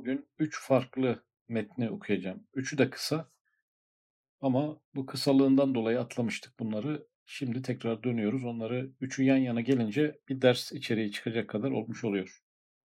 bugün 3 farklı metni okuyacağım. Üçü de kısa ama bu kısalığından dolayı atlamıştık bunları. Şimdi tekrar dönüyoruz. Onları üçü yan yana gelince bir ders içeriği çıkacak kadar olmuş oluyor.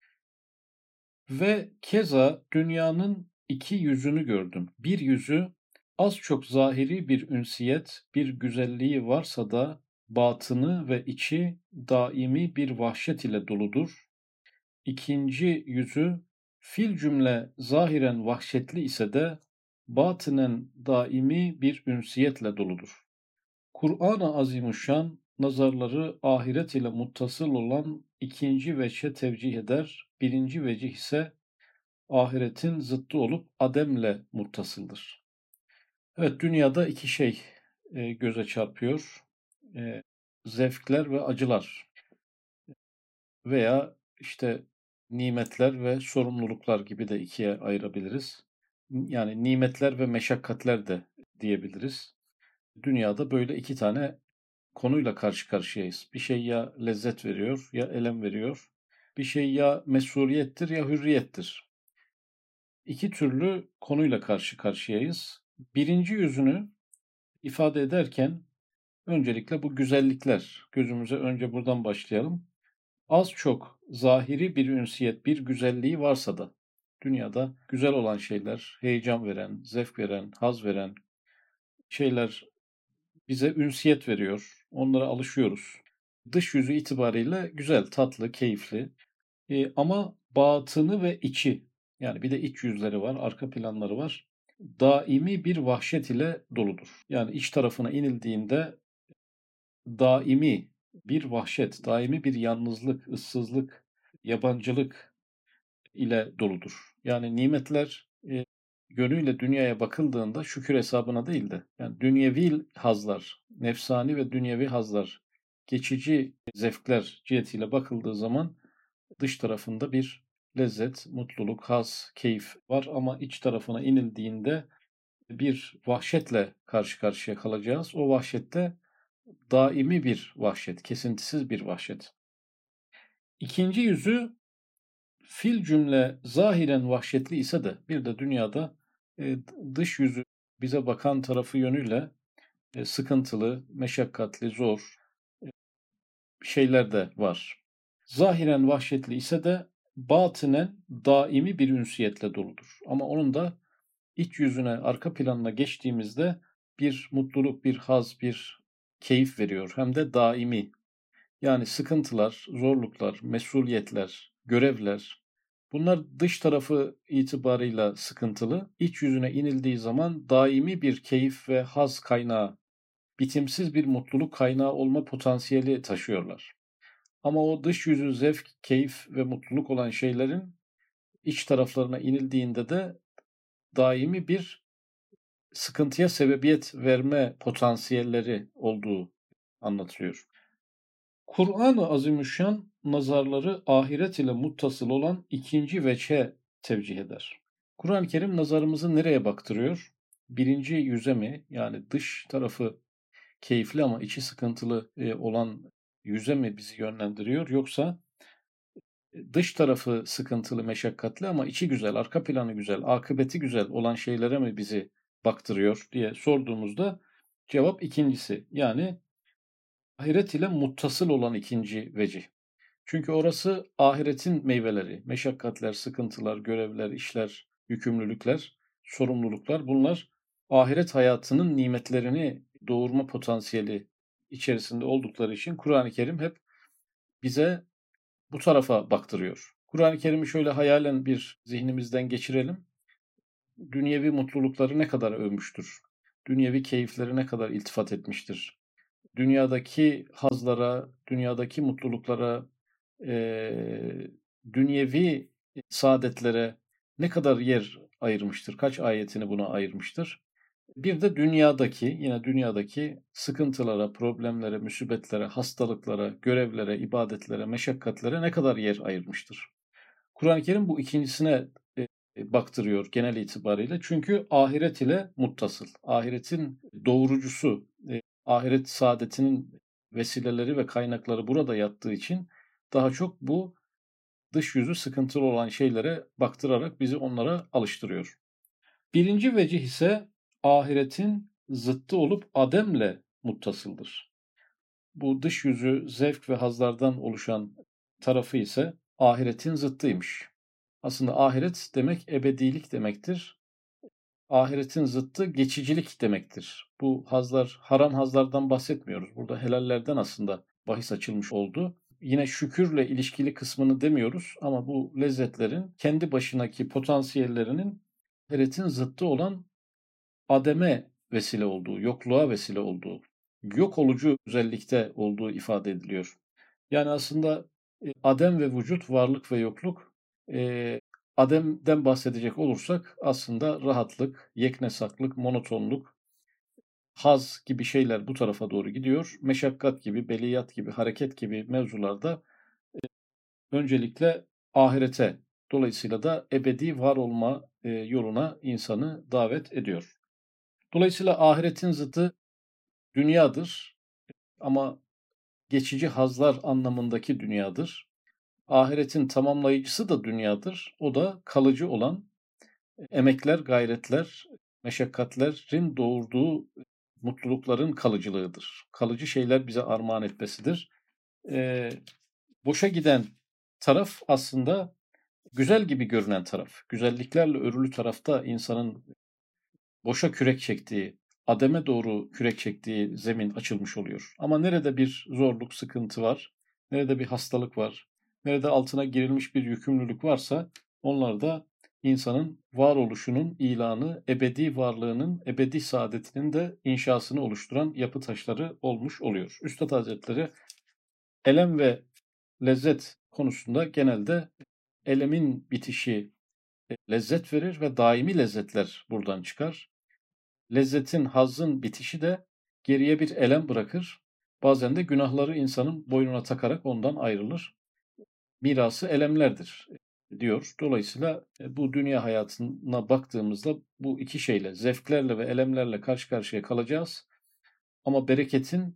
Ve keza dünyanın iki yüzünü gördüm. Bir yüzü az çok zahiri bir ünsiyet, bir güzelliği varsa da batını ve içi daimi bir vahşet ile doludur. İkinci yüzü fil cümle zahiren vahşetli ise de batinen daimi bir ünsiyetle doludur. Kur'an-ı Azimuşşan nazarları ahiret ile muttasıl olan ikinci veçhe tevcih eder. Birinci vecih ise ahiretin zıttı olup ademle muttasıldır. Evet, dünyada iki şey göze çarpıyor. E, Zevkler ve acılar veya işte nimetler ve sorumluluklar gibi de ikiye ayırabiliriz. Yani nimetler ve meşakkatler de diyebiliriz. Dünyada böyle iki tane konuyla karşı karşıyayız. Bir şey ya lezzet veriyor ya elem veriyor. Bir şey ya mesuliyettir ya hürriyettir. İki türlü konuyla karşı karşıyayız. Birinci yüzünü ifade ederken öncelikle bu güzellikler, gözümüze önce buradan başlayalım. Az çok zahiri bir ünsiyet, bir güzelliği varsa da dünyada güzel olan şeyler, heyecan veren, zevk veren, haz veren şeyler bize ünsiyet veriyor. Onlara alışıyoruz. Dış yüzü itibariyle güzel, tatlı, keyifli. Ama batını ve içi, yani bir de iç yüzleri var, arka planları var. Daimi bir vahşet ile doludur. Yani iç tarafına inildiğinde daimi bir vahşet, daimi bir yalnızlık, ıssızlık, yabancılık ile doludur. Yani nimetler yönüyle dünyaya bakıldığında şükür hesabına değil de yani dünyevi hazlar, nefsani ve dünyevi hazlar, geçici zevkler cihetiyle bakıldığı zaman dış tarafında bir lezzet, mutluluk, haz, keyif var ama iç tarafına inildiğinde bir vahşetle karşı karşıya kalacağız. O vahşette daimi bir vahşet, kesintisiz bir vahşet. İkinci yüzü fil cümle zahiren vahşetli ise de bir de dünyada dış yüzü bize bakan tarafı yönüyle sıkıntılı, meşakkatli, zor şeyler de var. Zahiren vahşetli ise de batinen daimi bir ünsiyetle doludur. Ama onun da iç yüzüne, arka planına geçtiğimizde bir mutluluk, bir haz, bir keyif veriyor. Hem de daimi. Yani sıkıntılar, zorluklar, mesuliyetler, görevler, bunlar dış tarafı itibarıyla sıkıntılı. İç yüzüne inildiği zaman daimi bir keyif ve haz kaynağı, bitimsiz bir mutluluk kaynağı olma potansiyeli taşıyorlar. Ama o dış yüzü zevk, keyif ve mutluluk olan şeylerin iç taraflarına inildiğinde de daimi bir sıkıntıya sebebiyet verme potansiyelleri olduğu anlatılıyor. Kur'an-ı Azimüşşan nazarları ahiret ile muttasıl olan ikinci veçhe tevcih eder. Kur'an-ı Kerim nazarımızı nereye baktırıyor? Birinci yüze mi, yani dış tarafı keyifli ama içi sıkıntılı olan yüze mi bizi yönlendiriyor, yoksa dış tarafı sıkıntılı, meşakkatli ama içi güzel, arka planı güzel, akıbeti güzel olan şeylere mi bizi baktırıyor diye sorduğumuzda cevap ikincisi. Yani ahiret ile muttasıl olan ikinci vecih. Çünkü orası ahiretin meyveleri, meşakkatler, sıkıntılar, görevler, işler, yükümlülükler, sorumluluklar, bunlar ahiret hayatının nimetlerini doğurma potansiyeli içerisinde oldukları için Kur'an-ı Kerim hep bize bu tarafa baktırıyor. Kur'an-ı Kerim'i şöyle hayalen bir zihnimizden geçirelim. Dünyevi mutlulukları ne kadar övmüştür? Dünyevi keyifleri ne kadar iltifat etmiştir? Dünyadaki hazlara, dünyadaki mutluluklara, dünyevi saadetlere ne kadar yer ayırmıştır? Kaç ayetini buna ayırmıştır? Bir de yine dünyadaki sıkıntılara, problemlere, musibetlere, hastalıklara, görevlere, ibadetlere, meşakkatlere ne kadar yer ayırmıştır? Kur'an-ı Kerim bu ikincisine baktırıyor genel itibariyle. Çünkü ahiret ile muttasıl. Ahiretin doğurucusu, ahiret saadetinin vesileleri ve kaynakları burada yattığı için daha çok bu dış yüzü sıkıntılı olan şeylere baktırarak bizi onlara alıştırıyor. Birinci vecih ise ahiretin zıttı olup ademle muttasıldır. Bu dış yüzü zevk ve hazlardan oluşan tarafı ise ahiretin zıttıymış. Aslında ahiret demek ebedilik demektir. Ahiretin zıttı geçicilik demektir. Bu hazlar, haram hazlardan bahsetmiyoruz. Burada helallerden aslında bahis açılmış oldu. Yine şükürle ilişkili kısmını demiyoruz ama bu lezzetlerin kendi başındaki potansiyellerinin ahiretin zıttı olan ademe vesile olduğu, yokluğa vesile olduğu, yok olucu özellikte olduğu ifade ediliyor. Yani aslında adem ve vücut, varlık ve yokluk, ademden bahsedecek olursak aslında rahatlık, yeknesaklık, monotonluk, haz gibi şeyler bu tarafa doğru gidiyor. Meşakkat gibi, beliyat gibi, hareket gibi mevzularda öncelikle ahirete, dolayısıyla da ebedi var olma yoluna insanı davet ediyor. Dolayısıyla ahiretin zıddı dünyadır ama geçici hazlar anlamındaki dünyadır. Ahiretin tamamlayıcısı da dünyadır. O da kalıcı olan emekler, gayretler, meşakkatlerin doğurduğu mutlulukların kalıcılığıdır. Kalıcı şeyler bize armağan etmesidir. Boşa giden taraf aslında güzel gibi görünen taraf. Güzelliklerle örülü tarafta insanın boşa kürek çektiği, ademe doğru kürek çektiği zemin açılmış oluyor. Ama nerede bir zorluk, sıkıntı var, nerede bir hastalık var, nerede altına girilmiş bir yükümlülük varsa onlar da insanın varoluşunun ilanı, ebedi varlığının, ebedi saadetinin de inşasını oluşturan yapı taşları olmuş oluyor. Üstad Hazretleri elem ve lezzet konusunda genelde elemin bitişi lezzet verir ve daimi lezzetler buradan çıkar. Lezzetin, hazzın bitişi de geriye bir elem bırakır. Bazen de günahları insanın boynuna takarak ondan ayrılır. Mirası elemlerdir diyor. Dolayısıyla bu dünya hayatına baktığımızda bu iki şeyle, zevklerle ve elemlerle karşı karşıya kalacağız. Ama bereketin,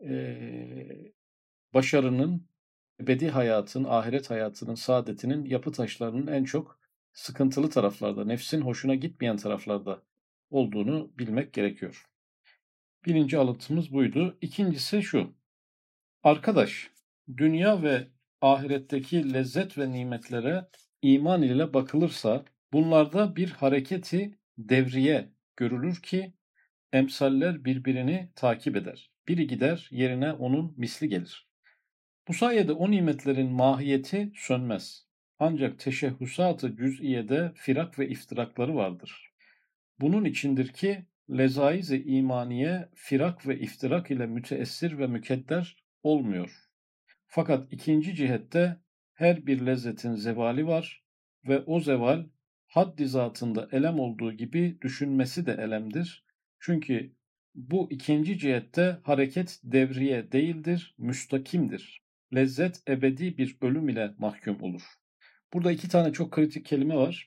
başarının, ebedi hayatın, ahiret hayatının, saadetinin yapı taşlarının en çok sıkıntılı taraflarda, nefsin hoşuna gitmeyen taraflarda olduğunu bilmek gerekiyor. Birinci alıntımız buydu. İkincisi şu. Arkadaş, dünya ve ahiretteki lezzet ve nimetlere iman ile bakılırsa bunlarda bir hareketi devriye görülür ki emsaller birbirini takip eder. Biri gider, yerine onun misli gelir. Bu sayede o nimetlerin mahiyeti sönmez. Ancak teşehhüsat-ı cüz'iyede firak ve iftirakları vardır. Bunun içindir ki lezaiz-i imaniye firak ve iftirak ile müteessir ve mükedder olmuyor. Fakat ikinci cihette her bir lezzetin zevali var ve o zeval haddi zatında elem olduğu gibi düşünmesi de elemdir. Çünkü bu ikinci cihette hareket devriye değildir, müstakimdir. Lezzet ebedi bir ölüm ile mahkum olur. Burada iki tane çok kritik kelime var.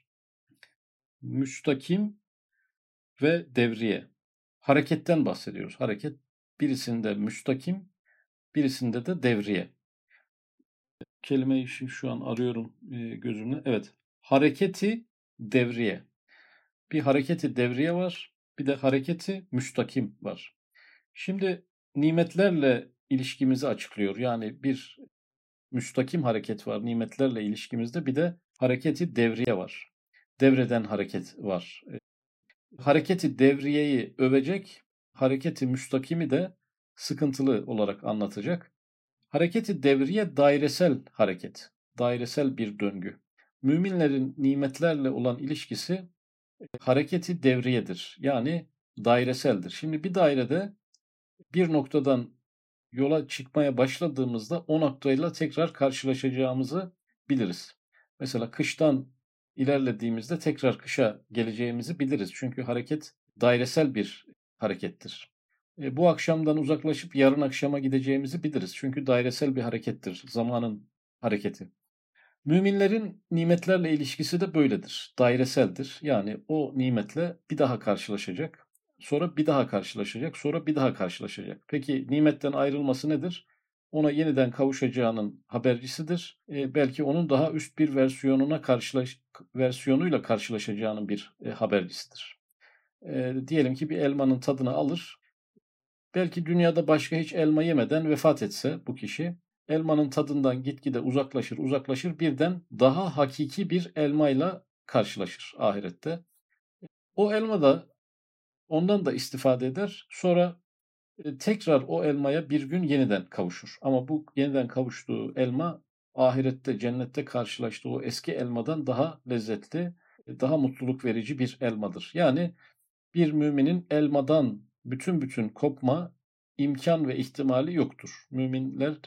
Müstakim ve devriye. Hareketten bahsediyoruz. Hareket birisinde müstakim, birisinde de devriye. Kelimeyi şu an arıyorum gözümle. Evet. Hareketi devriye. Bir hareketi devriye var, bir de hareketi müstakim var. Şimdi nimetlerle ilişkimizi açıklıyor. Yani bir müstakim hareket var nimetlerle ilişkimizde, bir de hareketi devriye var. Devreden hareket var. Hareketi devriyeyi övecek, hareketi müstakimi de sıkıntılı olarak anlatacak. Hareketi devriye dairesel hareket, dairesel bir döngü. Müminlerin nimetlerle olan ilişkisi hareketi devriyedir. Yani daireseldir. Şimdi bir dairede bir noktadan yola çıkmaya başladığımızda o noktayla tekrar karşılaşacağımızı biliriz. Mesela kıştan ilerlediğimizde tekrar kışa geleceğimizi biliriz. Çünkü hareket dairesel bir harekettir. Bu akşamdan uzaklaşıp yarın akşama gideceğimizi biliriz. Çünkü dairesel bir harekettir. Zamanın hareketi. Müminlerin nimetlerle ilişkisi de böyledir. Daireseldir. Yani o nimetle bir daha karşılaşacak. Sonra bir daha karşılaşacak. Sonra bir daha karşılaşacak. Peki nimetten ayrılması nedir? ona yeniden kavuşacağının habercisidir. Belki onun daha üst bir versiyonuyla karşılaşacağının bir habercisidir. Diyelim ki bir elmanın tadını alır. Belki dünyada başka hiç elma yemeden vefat etse bu kişi, elmanın tadından gitgide uzaklaşır, birden daha hakiki bir elmayla karşılaşır ahirette. O elma da ondan da istifade eder. Sonra tekrar o elmaya bir gün yeniden kavuşur. Ama bu yeniden kavuştuğu elma ahirette, cennette karşılaştığı o eski elmadan daha lezzetli, daha mutluluk verici bir elmadır. Yani bir müminin elmadan bütün kopma imkan ve ihtimali yoktur. Müminler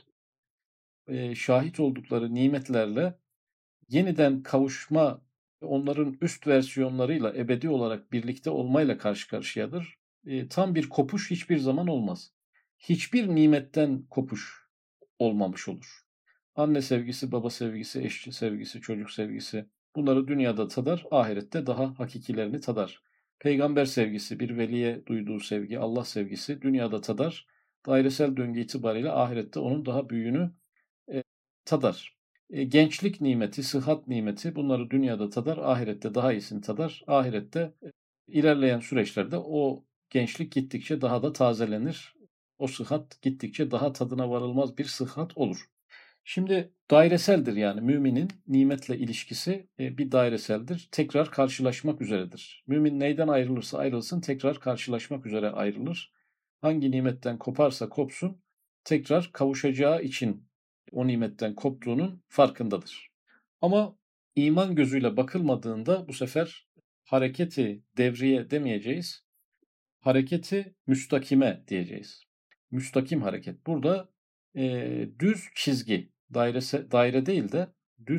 şahit oldukları nimetlerle yeniden kavuşma, onların üst versiyonlarıyla ebedi olarak birlikte olmayla karşı karşıyadır. Tam bir kopuş hiçbir zaman olmaz. Hiçbir nimetten kopuş olmamış olur. Anne sevgisi, baba sevgisi, eş sevgisi, çocuk sevgisi bunları dünyada tadar, ahirette daha hakikilerini tadar. Peygamber sevgisi, bir veliye duyduğu sevgi, Allah sevgisi dünyada tadar. Dairesel döngü itibariyle ahirette onun daha büyüğünü e, tadar. Gençlik nimeti, sıhhat nimeti bunları dünyada tadar, ahirette daha iyisini tadar. Ahirette ilerleyen süreçlerde o gençlik gittikçe daha da tazelenir. O sıhhat gittikçe daha tadına varılmaz bir sıhhat olur. Şimdi daireseldir yani müminin nimetle ilişkisi bir daireseldir. Tekrar karşılaşmak üzeredir. Mümin neyden ayrılırsa ayrılsın tekrar karşılaşmak üzere ayrılır. Hangi nimetten koparsa kopsun tekrar kavuşacağı için o nimetten koptuğunun farkındadır. Ama iman gözüyle bakılmadığında bu sefer hareketi devriye demeyeceğiz. Hareketi müstakime diyeceğiz. Müstakim hareket. Burada düz çizgi, daire değil de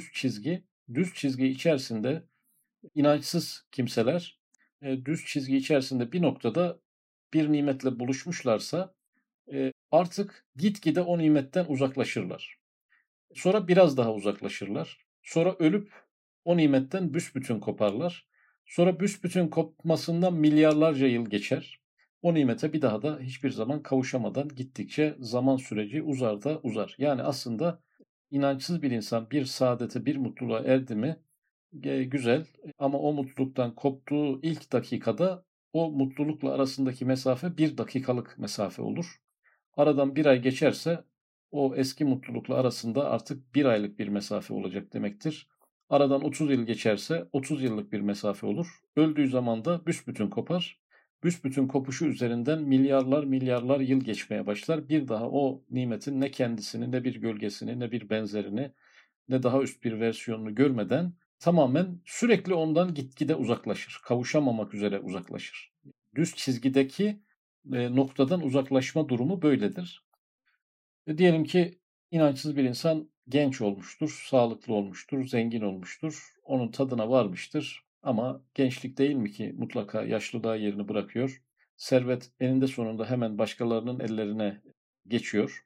düz çizgi içerisinde inançsız kimseler düz çizgi içerisinde bir noktada bir nimetle buluşmuşlarsa artık gitgide o nimetten uzaklaşırlar. Sonra biraz daha uzaklaşırlar. Sonra ölüp o nimetten büsbütün koparlar. Sonra büsbütün kopmasından milyarlarca yıl geçer. O nimete bir daha da hiçbir zaman kavuşamadan gittikçe zaman süreci uzar da uzar. Yani aslında inançsız bir insan bir saadete, bir mutluluğa erdi mi güzel ama o mutluluktan koptuğu ilk dakikada o mutlulukla arasındaki mesafe bir dakikalık mesafe olur. Aradan bir ay geçerse o eski mutlulukla arasında artık bir aylık bir mesafe olacak demektir. Aradan 30 yıl geçerse 30 yıllık bir mesafe olur. Öldüğü zaman da büsbütün kopar. Büsbütün kopuşu üzerinden milyarlar yıl geçmeye başlar. Bir daha o nimetin ne kendisini, ne bir gölgesini, ne bir benzerini, ne daha üst bir versiyonunu görmeden tamamen sürekli ondan gitgide uzaklaşır. Kavuşamamak üzere uzaklaşır. Düz çizgideki noktadan uzaklaşma durumu böyledir. Diyelim ki inançsız bir insan genç olmuştur, sağlıklı olmuştur, zengin olmuştur. Onun tadına varmıştır. Ama gençlik değil mi ki mutlaka yaşlılığa yerini bırakıyor. Servet eninde sonunda hemen başkalarının ellerine geçiyor.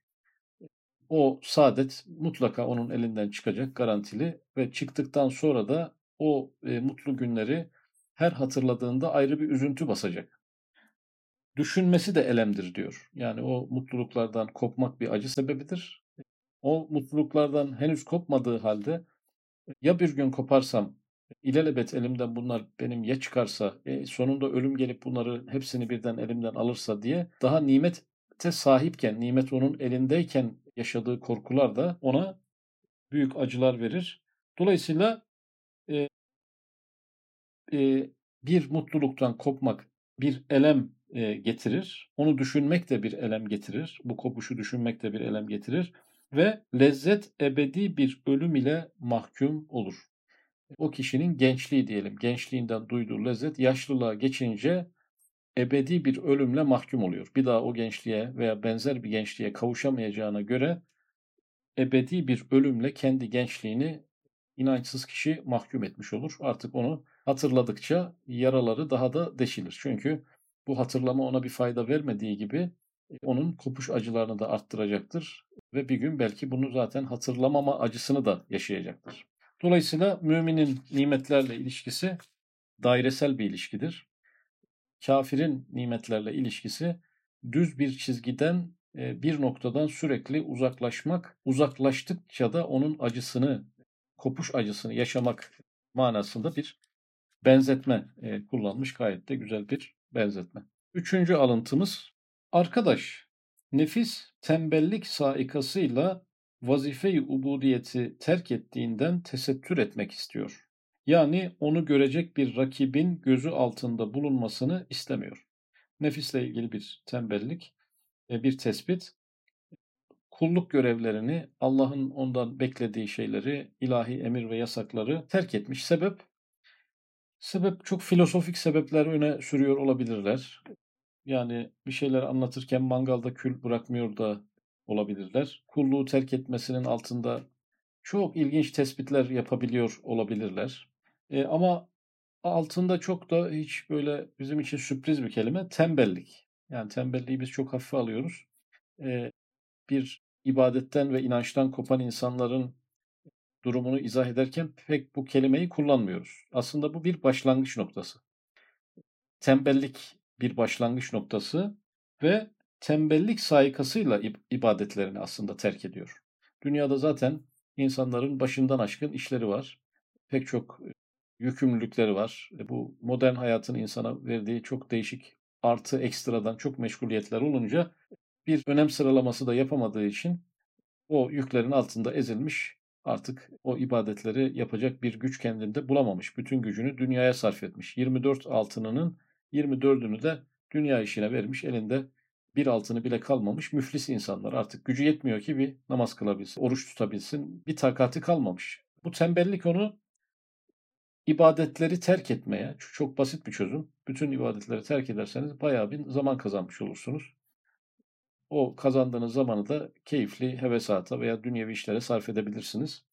O saadet mutlaka onun elinden çıkacak garantili ve çıktıktan sonra da o mutlu günleri her hatırladığında ayrı bir üzüntü basacak. Düşünmesi de elemdir diyor. Yani o mutluluklardan kopmak bir acı sebebidir. O mutluluklardan henüz kopmadığı halde ya bir gün koparsam ilelebet elimden bunlar benim ya çıkarsa sonunda ölüm gelip bunları hepsini birden elimden alırsa diye daha nimete sahipken, nimet onun elindeyken yaşadığı korkular da ona büyük acılar verir. Dolayısıyla e, bir mutluluktan kopmak bir elem getirir. Onu düşünmek de bir elem getirir. Bu kopuşu düşünmek de bir elem getirir. Ve lezzet ebedi bir ölüm ile mahkum olur. O kişinin gençliği diyelim, gençliğinden duyduğu lezzet yaşlılığa geçince ebedi bir ölümle mahkum oluyor. Bir daha o gençliğe veya benzer bir gençliğe kavuşamayacağına göre ebedi bir ölümle kendi gençliğini inançsız kişi mahkum etmiş olur. Artık onu hatırladıkça yaraları daha da deşilir. Çünkü bu hatırlama ona bir fayda vermediği gibi onun kopuş acılarını da arttıracaktır ve bir gün belki bunu zaten hatırlamama acısını da yaşayacaktır. Dolayısıyla müminin nimetlerle ilişkisi dairesel bir ilişkidir. Kafirin nimetlerle ilişkisi düz bir çizgiden bir noktadan sürekli uzaklaşmak, uzaklaştıkça da onun acısını, kopuş acısını yaşamak manasında bir benzetme kullanmış. Gayet de güzel bir benzetme. Üçüncü alıntımız, arkadaş, nefis tembellik saikasıyla vazife-i ubudiyeti terk ettiğinden tesettür etmek istiyor. Yani onu görecek bir rakibin gözü altında bulunmasını istemiyor. Nefisle ilgili bir tembellik, bir tespit. Kulluk görevlerini, Allah'ın ondan beklediği şeyleri, ilahi emir ve yasakları terk etmiş. Sebep çok filozofik sebepler öne sürüyor olabilirler. Yani bir şeyler anlatırken mangalda kül bırakmıyor da olabilirler. Kulluğu terk etmesinin altında çok ilginç tespitler yapabiliyor olabilirler. Ama altında çok da hiç böyle bizim için sürpriz bir kelime, tembellik. Yani tembelliği biz çok hafife alıyoruz. Eee, Bir ibadetten ve inançtan kopan insanların durumunu izah ederken pek bu kelimeyi kullanmıyoruz. Aslında bu bir başlangıç noktası. Tembellik bir başlangıç noktası ve tembellik saikasıyla ibadetlerini aslında terk ediyor. Dünyada zaten insanların başından aşkın işleri var. Pek çok yükümlülükleri var. Bu modern hayatın insana verdiği çok değişik artı ekstradan çok meşguliyetler olunca bir önem sıralaması da yapamadığı için o yüklerin altında ezilmiş, artık o ibadetleri yapacak bir güç kendinde bulamamış. Bütün gücünü dünyaya sarf etmiş. 24 altınının 24'ünü de dünya işine vermiş. Elinde bir altını bile kalmamış müflis insanlar. Artık gücü yetmiyor ki bir namaz kılabilsin, oruç tutabilsin. Bir takati kalmamış. Bu tembellik onu ibadetleri terk etmeye, çok basit bir çözüm. Bütün ibadetleri terk ederseniz bayağı bir zaman kazanmış olursunuz. O kazandığınız zamanı da keyifli hevesata veya dünyevi işlere sarf edebilirsiniz.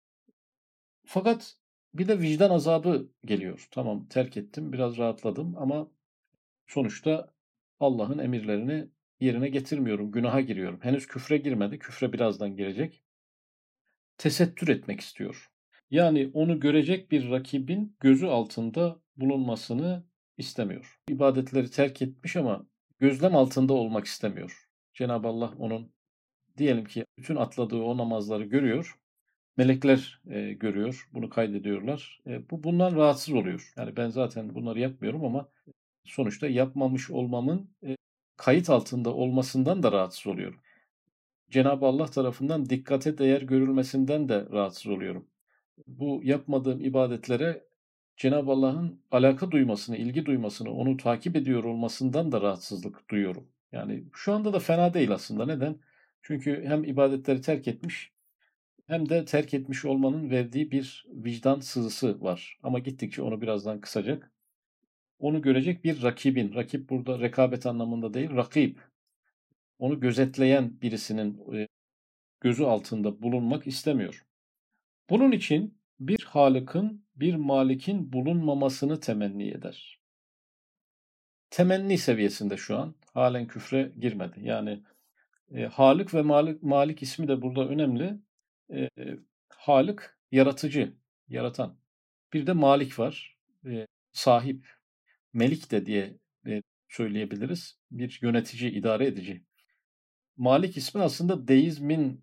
Fakat bir de vicdan azabı geliyor. Tamam, terk ettim, biraz rahatladım ama sonuçta Allah'ın emirlerini yerine getirmiyorum, günaha giriyorum. Henüz küfre girmedi, küfre birazdan girecek. Tesettür etmek istiyor. Yani onu görecek bir rakibin gözü altında bulunmasını istemiyor. İbadetleri terk etmiş ama gözlem altında olmak istemiyor. Cenab-ı Allah onun, diyelim ki bütün atladığı o namazları görüyor. Melekler görüyor, bunu kaydediyorlar. Bundan rahatsız oluyor. Yani ben zaten bunları yapmıyorum ama sonuçta yapmamış olmamın kayıt altında olmasından da rahatsız oluyorum. Cenab-ı Allah tarafından dikkate değer görülmesinden de rahatsız oluyorum. Bu yapmadığım ibadetlere Cenab-ı Allah'ın alaka duymasını, ilgi duymasını, onu takip ediyor olmasından da rahatsızlık duyuyorum. Yani şu anda da fena değil aslında. Neden? Çünkü hem ibadetleri terk etmiş, hem de terk etmiş olmanın verdiği bir vicdan sızısı var. Ama gittikçe onu birazdan kısacak. Onu görecek bir rakibin, rakip burada rekabet anlamında değil, rakip, onu gözetleyen birisinin gözü altında bulunmak istemiyor. Bunun için bir Halık'ın, bir Malik'in bulunmamasını temenni eder. Temenni seviyesinde şu an, halen küfre girmedi. Yani Halık ve Malik ismi de burada önemli. E, Halık, yaratıcı, yaratan. Bir de Malik var, sahip, Melik de diye söyleyebiliriz. Bir yönetici, idare edici. Malik ismi aslında deizmin,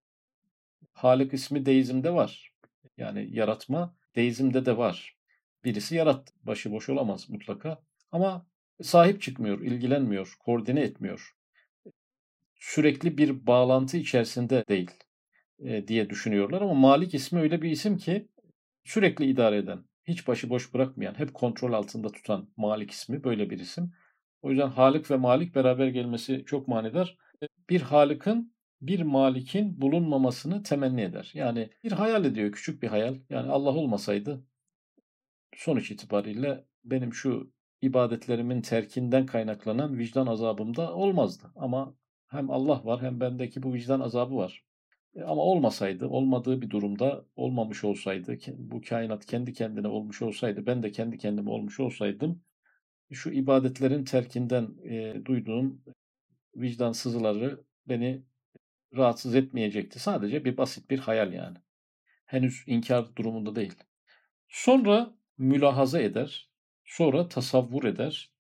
Halık ismi deizmde var. Yani yaratma deizmde de var. Birisi yarattı. Başıboş olamaz mutlaka. Ama sahip çıkmıyor, ilgilenmiyor, koordine etmiyor. Sürekli bir bağlantı içerisinde değil diye düşünüyorlar. Ama Malik ismi öyle bir isim ki sürekli idare eden, hiç başıboş bırakmayan, hep kontrol altında tutan Malik ismi böyle bir isim. O yüzden Halık ve Malik beraber gelmesi çok manidar. Bir Halık'ın, bir Malik'in bulunmamasını temenni eder. Yani bir hayal ediyor, küçük bir hayal. Yani Allah olmasaydı sonuç itibariyle benim şu ibadetlerimin terkinden kaynaklanan vicdan azabım da olmazdı. Ama hem Allah var hem bendeki bu vicdan azabı var. Ama olmasaydı, olmadığı bir durumda olmamış olsaydı, bu kainat kendi kendine olmuş olsaydı, ben de kendi kendime olmuş olsaydım, şu ibadetlerin terkinden duyduğum vicdan sızıları beni rahatsız etmeyecekti. Sadece bir basit bir hayal yani. Henüz inkar durumunda değil. Sonra mülahaza eder, sonra tasavvur eder.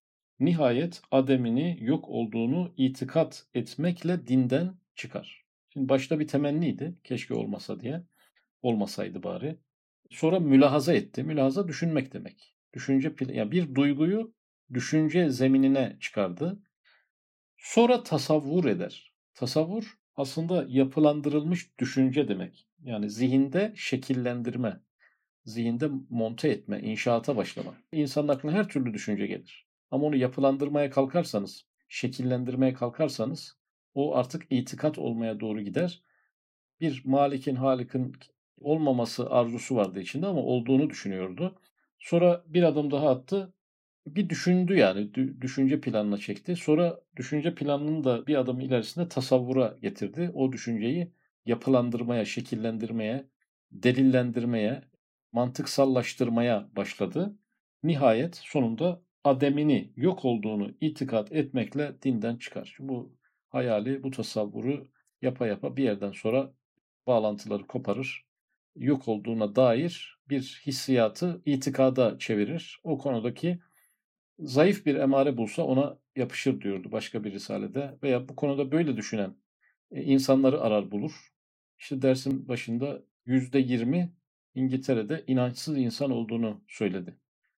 nihayet ademini, yok olduğunu itikat etmekle dinden çıkar. Şimdi başta bir temenniydi, keşke olmasa diye. Olmasaydı bari. Sonra mülahaza etti. Mülahaza düşünmek demek. Yani bir duyguyu düşünce zeminine çıkardı. Sonra tasavvur eder. Tasavvur aslında yapılandırılmış düşünce demek. Yani zihinde şekillendirme, zihinde monte etme, inşaata başlama. İnsanın aklına her türlü düşünce gelir. Ama onu yapılandırmaya kalkarsanız, şekillendirmeye kalkarsanız o artık itikat olmaya doğru gider. Bir Malik'in, Halik'in olmaması arzusu vardı içinde ama olduğunu düşünüyordu. Sonra bir adım daha attı. Bir düşündü yani. Düşünce planına çekti. Sonra düşünce planının da bir adım ilerisinde tasavvura getirdi. O düşünceyi yapılandırmaya, şekillendirmeye, delillendirmeye, mantıksallaştırmaya başladı. Nihayet sonunda ademini, yok olduğunu itikat etmekle dinden çıkar. Bu hayali, bu tasavvuru yapa yapa bir yerden sonra bağlantıları koparır. Yok olduğuna dair bir hissiyatı itikada çevirir. O konudaki zayıf bir emare bulsa ona yapışır diyordu başka bir risalede. Veya bu konuda böyle düşünen insanları arar bulur. İşte dersin başında %20 İngiltere'de inançsız insan olduğunu söyledi.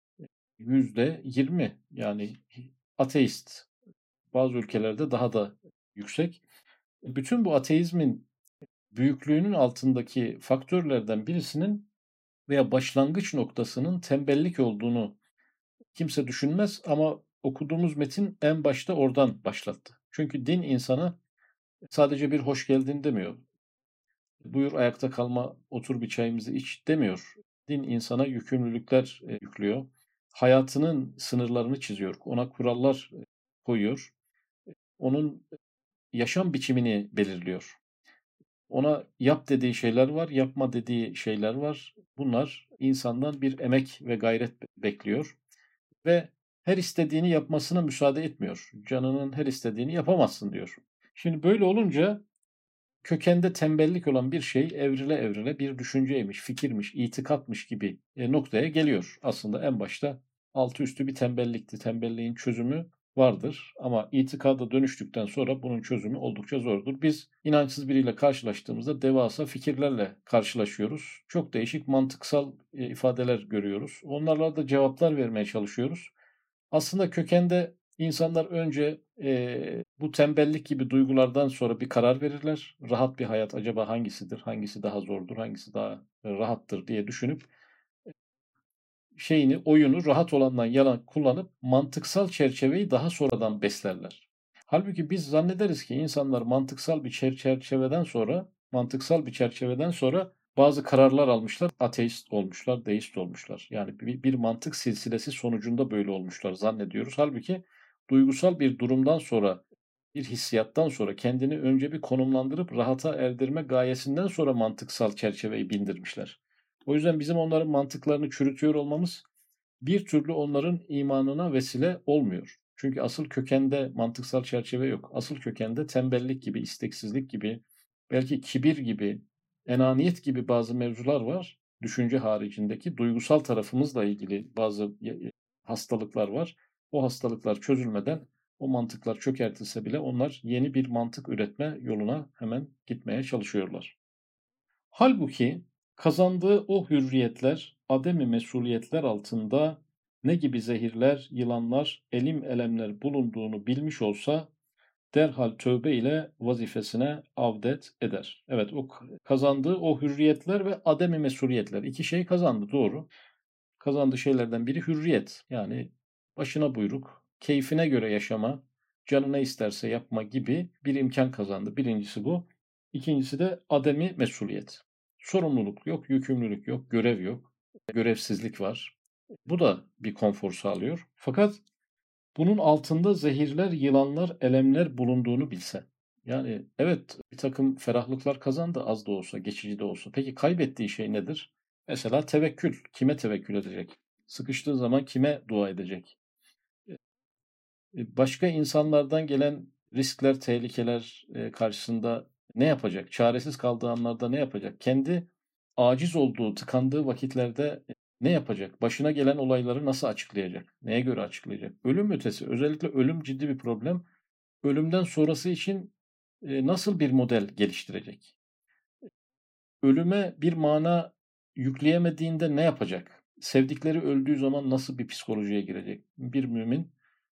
%20 yani ateist. Bazı ülkelerde daha da yüksek. Bütün bu ateizmin büyüklüğünün altındaki faktörlerden birisinin veya başlangıç noktasının tembellik olduğunu kimse düşünmez ama okuduğumuz metin en başta oradan başlattı. Çünkü din insana sadece bir hoş geldin demiyor. Buyur ayakta kalma, otur bir çayımızı iç demiyor. Din insana yükümlülükler yüklüyor. Hayatının sınırlarını çiziyor. Ona kurallar koyuyor. Onun yaşam biçimini belirliyor. Ona yap dediği şeyler var, yapma dediği şeyler var. Bunlar insandan bir emek ve gayret bekliyor ve her istediğini yapmasına müsaade etmiyor. Canının her istediğini yapamazsın diyor. Şimdi böyle olunca kökende tembellik olan bir şey evrile evrile bir düşünceymiş, fikirmiş, itikatmış gibi noktaya geliyor. Aslında en başta altı üstü bir tembellikti. Tembelliğin çözümü vardır ama itikada dönüştükten sonra bunun çözümü oldukça zordur. Biz inançsız biriyle karşılaştığımızda devasa fikirlerle karşılaşıyoruz. Çok değişik mantıksal ifadeler görüyoruz. Onlarla da cevaplar vermeye çalışıyoruz. Aslında kökende insanlar önce bu tembellik gibi duygulardan sonra bir karar verirler. Rahat bir hayat acaba hangisidir, hangisi daha zordur, hangisi daha rahattır diye düşünüp oyunu rahat olandan yana kullanıp mantıksal çerçeveyi daha sonradan beslerler. Halbuki biz zannederiz ki insanlar mantıksal bir çerçeveden sonra bazı kararlar almışlar, ateist olmuşlar, deist olmuşlar. Yani bir mantık silsilesi sonucunda böyle olmuşlar zannediyoruz. Halbuki duygusal bir durumdan sonra, bir hissiyattan sonra kendini önce bir konumlandırıp rahata erdirme gayesinden sonra mantıksal çerçeveyi bindirmişler. O yüzden bizim onların mantıklarını çürütüyor olmamız bir türlü onların imanına vesile olmuyor. Çünkü asıl kökende mantıksal çerçeve yok. Asıl kökende tembellik gibi, isteksizlik gibi, belki kibir gibi, enaniyet gibi bazı mevzular var. Düşünce haricindeki duygusal tarafımızla ilgili bazı hastalıklar var. O hastalıklar çözülmeden o mantıklar çökertilse bile onlar yeni bir mantık üretme yoluna hemen gitmeye çalışıyorlar. Halbuki kazandığı o hürriyetler, ademi mesuliyetler altında ne gibi zehirler, yılanlar, elim elemler bulunduğunu bilmiş olsa derhal tövbe ile vazifesine avdet eder. Evet, o kazandığı o hürriyetler ve ademi mesuliyetler. İki şey kazandı, doğru. Kazandığı şeylerden biri hürriyet. Yani başına buyruk, keyfine göre yaşama, canı ne isterse yapma gibi bir imkan kazandı. Birincisi bu. İkincisi de ademi mesuliyet. Sorumluluk yok, yükümlülük yok, görev yok, görevsizlik var. Bu da bir konfor sağlıyor. Fakat bunun altında zehirler, yılanlar, elemler bulunduğunu bilse. Yani evet, bir takım ferahlıklar kazandı az da olsa, geçici de olsa. Peki kaybettiği şey nedir? Mesela tevekkül. Kime tevekkül edecek? Sıkıştığı zaman kime dua edecek? Başka insanlardan gelen riskler, tehlikeler karşısında ne yapacak? Çaresiz kaldığı anlarda ne yapacak? Kendi aciz olduğu, tıkandığı vakitlerde Ne yapacak? Başına gelen olayları nasıl açıklayacak? Neye göre açıklayacak? Ölüm ötesi, özellikle ölüm ciddi bir problem. Ölümden sonrası için nasıl bir model geliştirecek? Ölüme bir mana yükleyemediğinde ne yapacak? Sevdikleri öldüğü zaman nasıl bir psikolojiye girecek? Bir mümin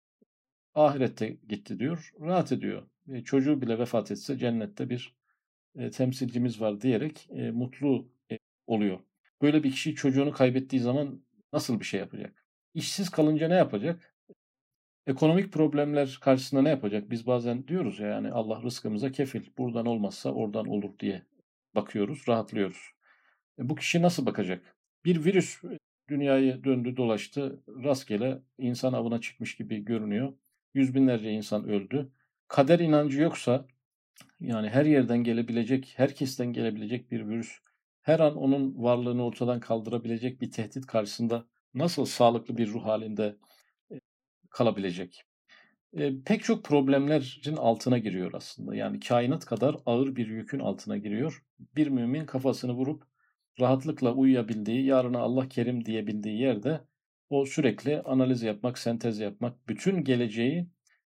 ahirette gitti diyor, rahat ediyor. Çocuğu bile vefat etse cennette bir temsilcimiz var diyerek mutlu oluyor. Böyle bir kişi çocuğunu kaybettiği zaman nasıl bir şey yapacak? İşsiz kalınca ne yapacak? Ekonomik problemler karşısında ne yapacak? Biz bazen diyoruz ya, yani Allah rızkımıza kefil. Buradan olmazsa oradan olur diye bakıyoruz, rahatlıyoruz. Bu kişi nasıl bakacak? Bir virüs dünyayı döndü dolaştı. Rastgele insan avına çıkmış gibi görünüyor. Yüz binlerce insan öldü. Kader inancı yoksa, yani her yerden gelebilecek, herkesten gelebilecek bir virüs, her an onun varlığını ortadan kaldırabilecek bir tehdit karşısında nasıl sağlıklı bir ruh halinde kalabilecek? Pek çok problemlerin altına giriyor aslında. Yani kainat kadar ağır bir yükün altına giriyor. Bir mümin kafasını vurup rahatlıkla uyuyabildiği, yarına Allah kerim diyebildiği yerde o sürekli analiz yapmak, sentez yapmak, bütün geleceği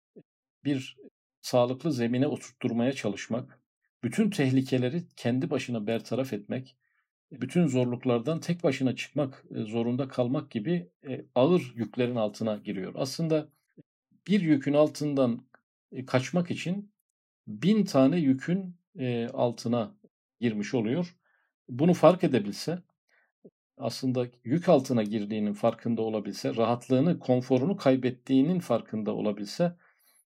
bir sağlıklı zemine oturtturmaya çalışmak, bütün tehlikeleri kendi başına bertaraf etmek, bütün zorluklardan tek başına çıkmak zorunda kalmak gibi ağır yüklerin altına giriyor. Aslında bir yükün altından kaçmak için 1000 tane yükün altına girmiş oluyor. Bunu fark edebilse, aslında yük altına girdiğinin farkında olabilse, rahatlığını, konforunu kaybettiğinin farkında olabilse,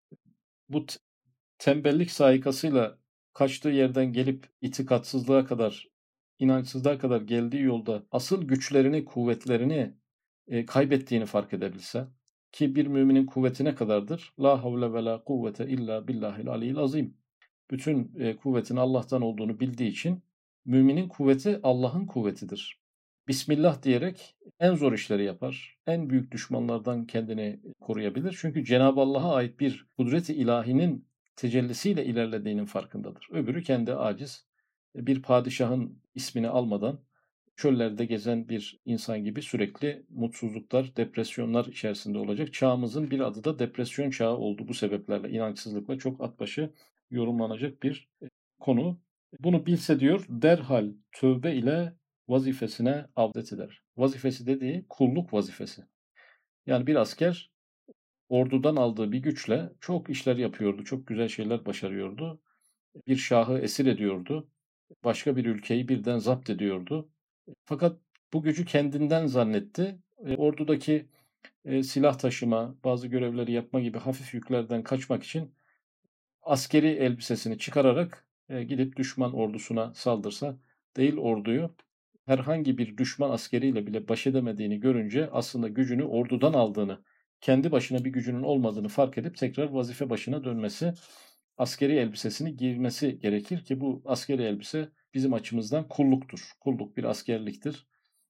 bu tembellik saikasıyla kaçtığı yerden gelip itikatsızlığa kadar, inançsızlığa kadar geldiği yolda asıl güçlerini, kuvvetlerini kaybettiğini fark edebilse, ki bir müminin kuvveti ne kadardır? La havle ve la kuvvete illa billahil aliyyil azim. Bütün kuvvetin Allah'tan olduğunu bildiği için müminin kuvveti Allah'ın kuvvetidir. Bismillah diyerek en zor işleri yapar. En büyük düşmanlardan kendini koruyabilir. Çünkü Cenab-ı Allah'a ait bir kudret-i ilahinin tecellisiyle ilerlediğinin farkındadır. Öbürü kendi aciz, bir padişahın ismini almadan çöllerde gezen bir insan gibi sürekli mutsuzluklar, depresyonlar içerisinde olacak. Çağımızın bir adı da depresyon çağı oldu bu sebeplerle. İnançsızlıkla çok atbaşı yorumlanacak bir konu. Bunu bilse diyor, derhal tövbe ile vazifesine avdet eder. Vazifesi dediği kulluk vazifesi. Yani bir asker ordudan aldığı bir güçle çok işler yapıyordu, çok güzel şeyler başarıyordu. Bir şahı esir ediyordu, başka bir ülkeyi birden zapt ediyordu. Fakat bu gücü kendinden zannetti. Ordudaki silah taşıma, bazı görevleri yapma gibi hafif yüklerden kaçmak için askeri elbisesini çıkararak gidip düşman ordusuna saldırsa, değil orduyu, herhangi bir düşman askeriyle bile baş edemediğini görünce aslında gücünü ordudan aldığını, kendi başına bir gücünün olmadığını fark edip tekrar vazife başına dönmesi, askeri elbisesini giymesi gerekir ki bu askeri elbise bizim açımızdan kulluktur. Kulluk bir askerliktir.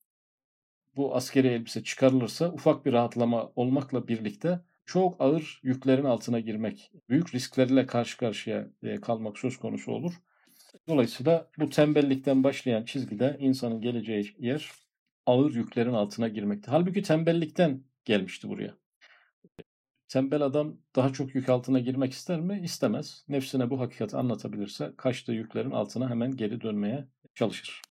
Bu askeri elbise çıkarılırsa ufak bir rahatlama olmakla birlikte çok ağır yüklerin altına girmek, büyük risklerle karşı karşıya kalmak söz konusu olur. Dolayısıyla bu tembellikten başlayan çizgide insanın geleceği yer ağır yüklerin altına girmekti. Halbuki tembellikten gelmişti buraya. Tembel adam daha çok yük altına girmek ister mi? İstemez. Nefsine bu hakikati anlatabilirse kaçtığı yüklerin altına hemen geri dönmeye çalışır.